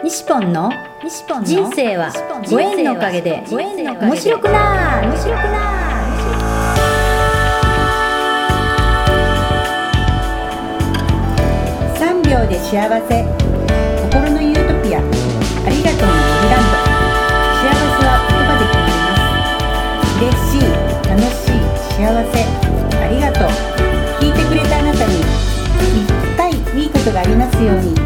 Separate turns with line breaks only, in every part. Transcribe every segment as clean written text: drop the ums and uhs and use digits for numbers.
西ポンの人生はご縁のおかげで面白くなー3秒で幸せ、心のユートピア、ありがとうのモリランド。幸せは言葉で決まります。嬉しい、楽しい、幸せ、ありがとう。聞いてくれたあなたにいっぱいいいことがありますように。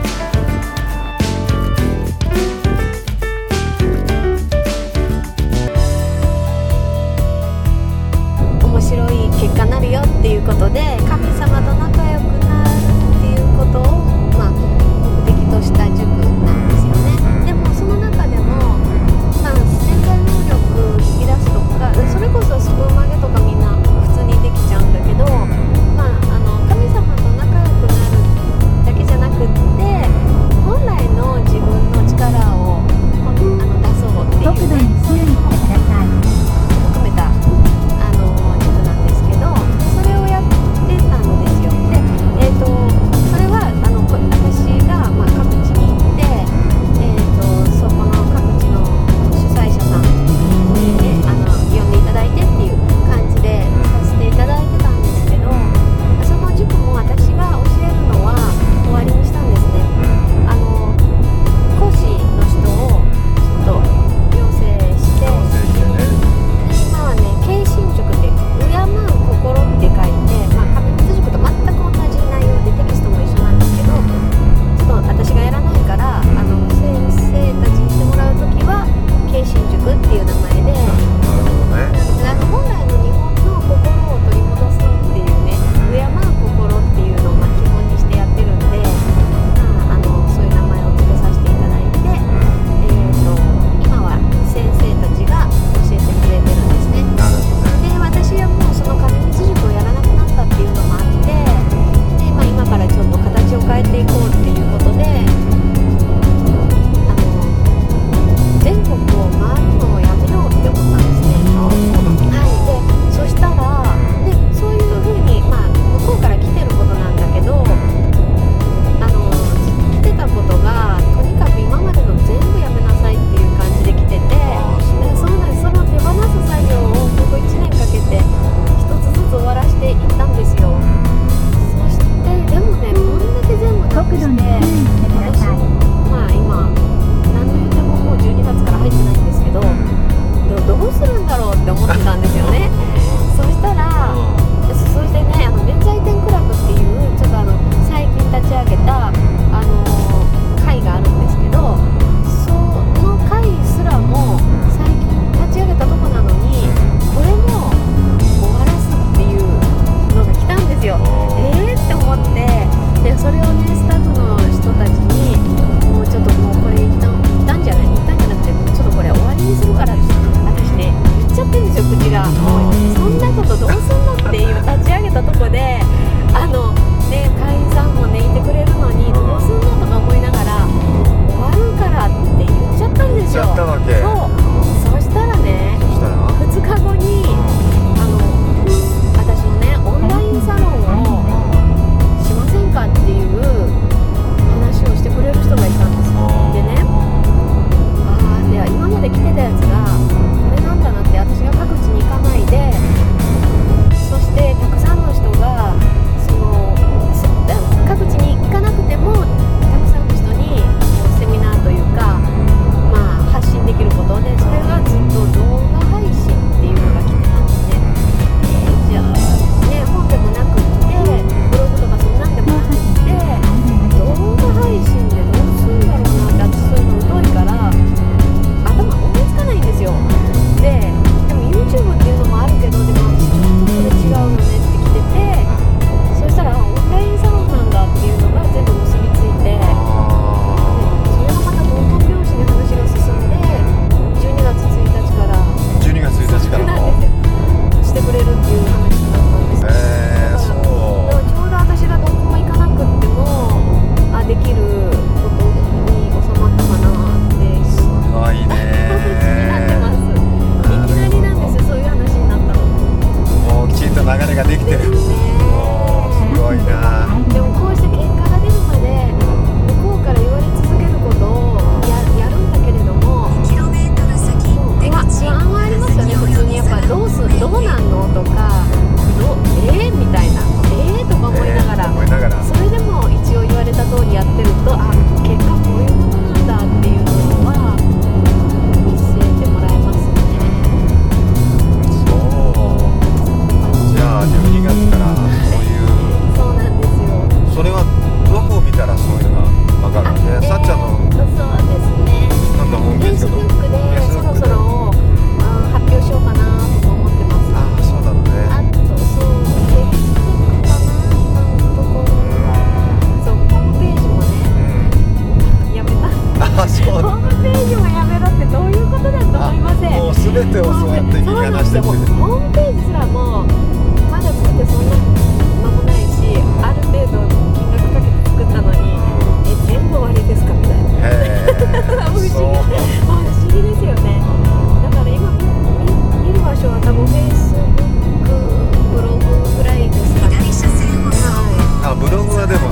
面白い結果になるよっていうことで、神様と仲良くなるっていうことを、目的とした塾なんですよね。でもその中でも、潜在能力を引き出すとか、それこそスプーン曲げとかみんな普通にできちゃうんだけど、神様と仲良くなるだけじゃなくって、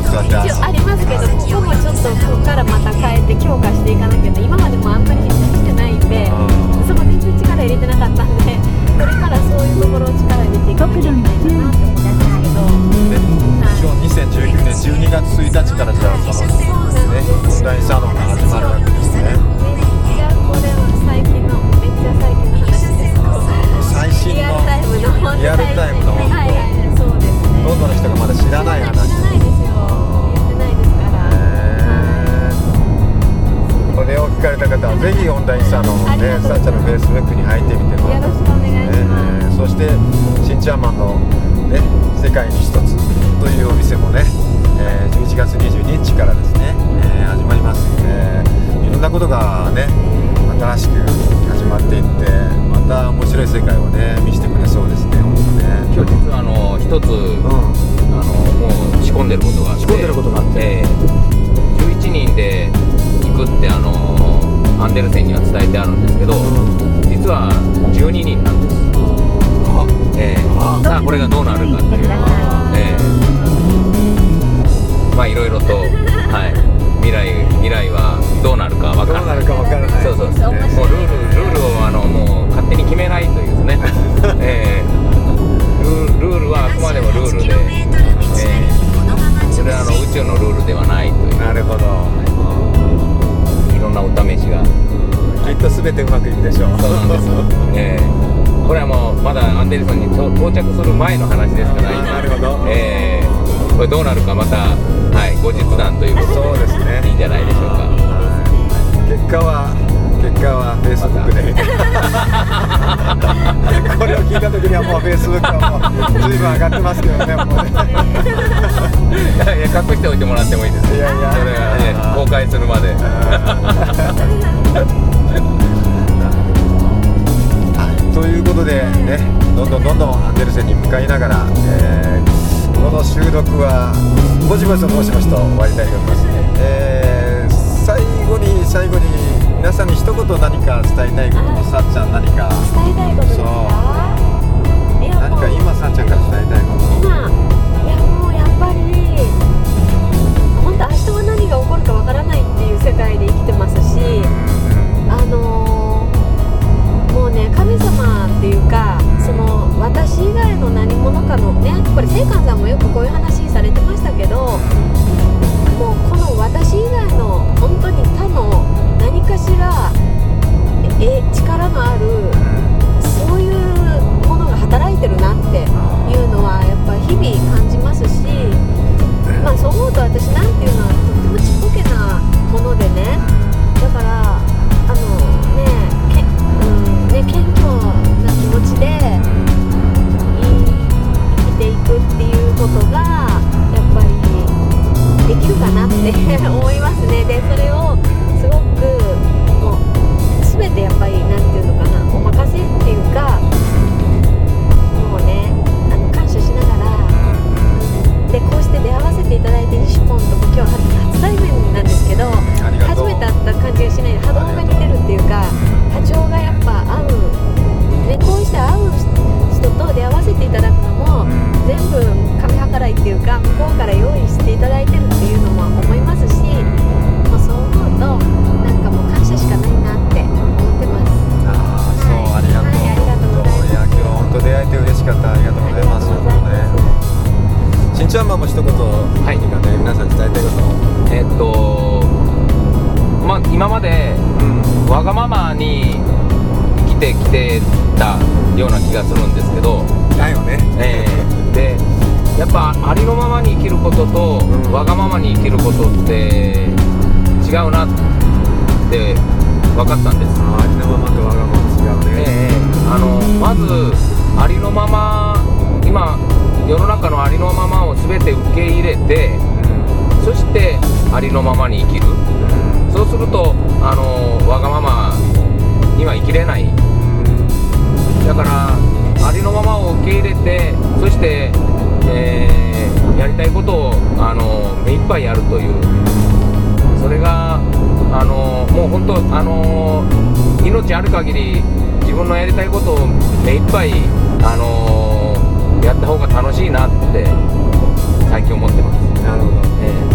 そうやって
一応ありますけど、ここもちょっとここからまた変えて強化していかなきゃね。今までもあんまりしてないんで、そこ全然力入れてなかったんで、これからそういうところを力入れていかなきゃいけないなって思うんですけど、
一応2019年12月1日からじゃあそのねオンラインサロンが始まるわけですね。
めっちゃこれは最近のめっちゃ最近の話です。
最新の
リアルタイムの
リアルタイムの本当、
はいはい、そうですね。
ほとんどの人がまだ知らない話。
知らないですよ。言ってないですから。
これを聞かれた方はぜひオンラインサロンをね、さっちゃんのフェイスブックに入ってみてもらって、
よろしくお願いします。
そしてシンチャーマンのね世界に一つというお店もね、11月22日からですね、始まります。いろんなことがね新しく始まっていって、また面白い世界をね見せてくれそうですね。本当ね。
今日実は一つ、もう仕込んでることがあって、11人で行くってアンデルセンには伝えてあるんですけど、実は12人なんです。さあこれがどうなるかっていう、まあいろいろと、はい、未来はどうなるかわからない。そうそうそう。もうルールをもう勝手に決めないというですね。ルールはあくまでもルールで、それは宇宙のルールではないという。
なるほど。
いろんなお試しが。
きっと全てうまくいくでしょう。
そうなんです。これはもうまだアンデルソンに到着する前の話ですから今。
なるほど。
これどうなるかまた、はい、後日談ということで、
そうですね。
いいんじゃないでしょうか。
結果はフェイスブックでこれを聞いた時にはもうフェイスブックはもう随分上がってますけどね。もうね
いや隠しておいてもらってもいいです。
いや
それはね公開するまで。
ということでね、どんどんアンデルセンに向かいながら、この収録はぼちぼちともしもしと終わりたいと思いますね。最後に皆さんに一言何か伝えたいことと、さっちゃん何か
伝えたいことですか？
何か今さっちゃんから伝えたいこと。
いやもうやっぱり本当明日は何が起こるかわからないっていう世界で生きてますし、もうね神様っていうか、その私以外の何者かのね、これ聖寛さんもよくこういう話されてましたけど、もうこの私以外の本当に他の何かしら力のあるそういうものが働いてるなっていうのはやっぱり日々感じますし、まあそう思うと私なんていうのはとってもちっぽけなものでね、だから謙虚な気持ちで生きていくっていうことがやっぱりできるかなって思いますね。でそれをすごくもう全てやっぱりなんていうのかな、お任せっていうか、もうね感謝しながら、でこうして出会わせていただいて、西本とも今日初対面なんですけど、初めて会った感じがしないで波動が似てるっていうか、波長がやっぱ合う、ね、こうして会う人と出会わせていただくのも全部神計らいっていうか、向こうから用意していただいてるっていうのも思いますし、もうそう思うとなんかもう感謝しかないなって思ってます。
そう、ありがとう。
はい、ありがとうございます。
いや今日本当出会えて嬉しかった。ありがとうございます。しんちゃんマンも一言何かね、皆さんに伝えたいこと。
まあ今まで、わがままに生きてきてたような気がするんですけど、
だよね。
でやっぱありのままに生きることと、わがままに生きることって違うなって分かったんです。
ありのままとわがまま違うね。
まずありのまま、今世の中のありのままを全て受け入れて、そしてありのままに生きる。そうするとわがままには生きれない。だからありのままを受け入れて、そして、やりたいことを目いっぱいやるという、それがもう本当命ある限り自分のやりたいことを目いっぱいやった方が楽しいなって最近思ってます。
なるほど。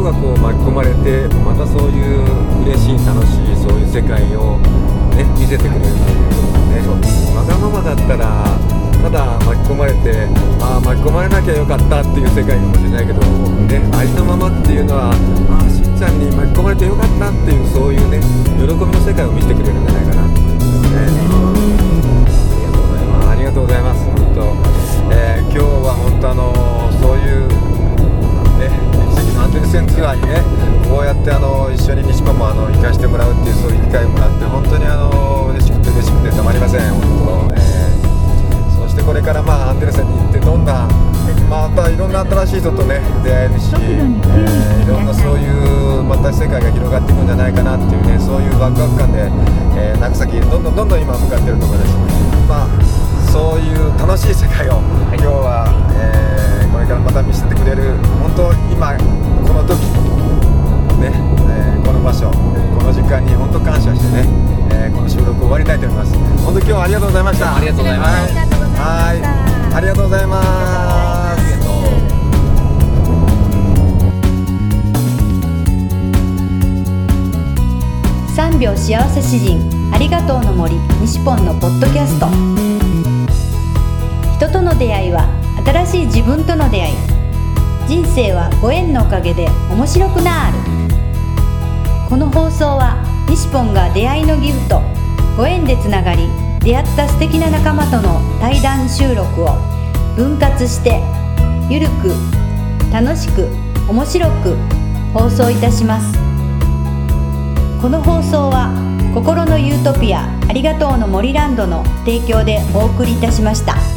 がこう巻き込まれて、またそういう嬉しい楽しいそういう世界を、ね、見せてくれるというね。わがままだったらただ巻き込まれて、巻き込まれなきゃよかったっていう世界かもしれないけど、ね、ありのままっていうのは、しんちゃんに巻き込まれてよかったっていう、そういうね喜びの世界を見せてくれるんじゃないかなと思いますね。ありがとうございます。本当、今日は本当そういうね、奇跡のアンデルセンツアーにね、こうやって一緒に西パも行かせてもらうっていうそういう機会をもらって、本当に嬉しくてたまりません。本当、そしてこれからアンデルセンに行ってどんなまたいろんな新しい人とね出会えるし、いろんなそういうまた世界が広がっていくんじゃないかなっていうね、そういうワクワク感で、長崎どんどん今向かっているところです。そういう楽しい世界を今日は、これからまた見せてくれる、本当今この時ね、この場所この時間に本当感謝してね、この収録終わりたいと思います。本当今日はありがとうございました。
ありがとうございます。
はい、ありがとうございます。
3秒幸せ詩人ありがとうの森西ポンのポッドキャスト。人との出会いは新しい自分との出会い。人生はご縁のおかげで面白くなる。この放送は西ポンが出会いのギフト、ご縁でつながり出会った素敵な仲間との対談収録を分割してゆるく楽しく面白く放送いたします。この放送は心のユートピアありがとうの森ランドの提供でお送りいたしました。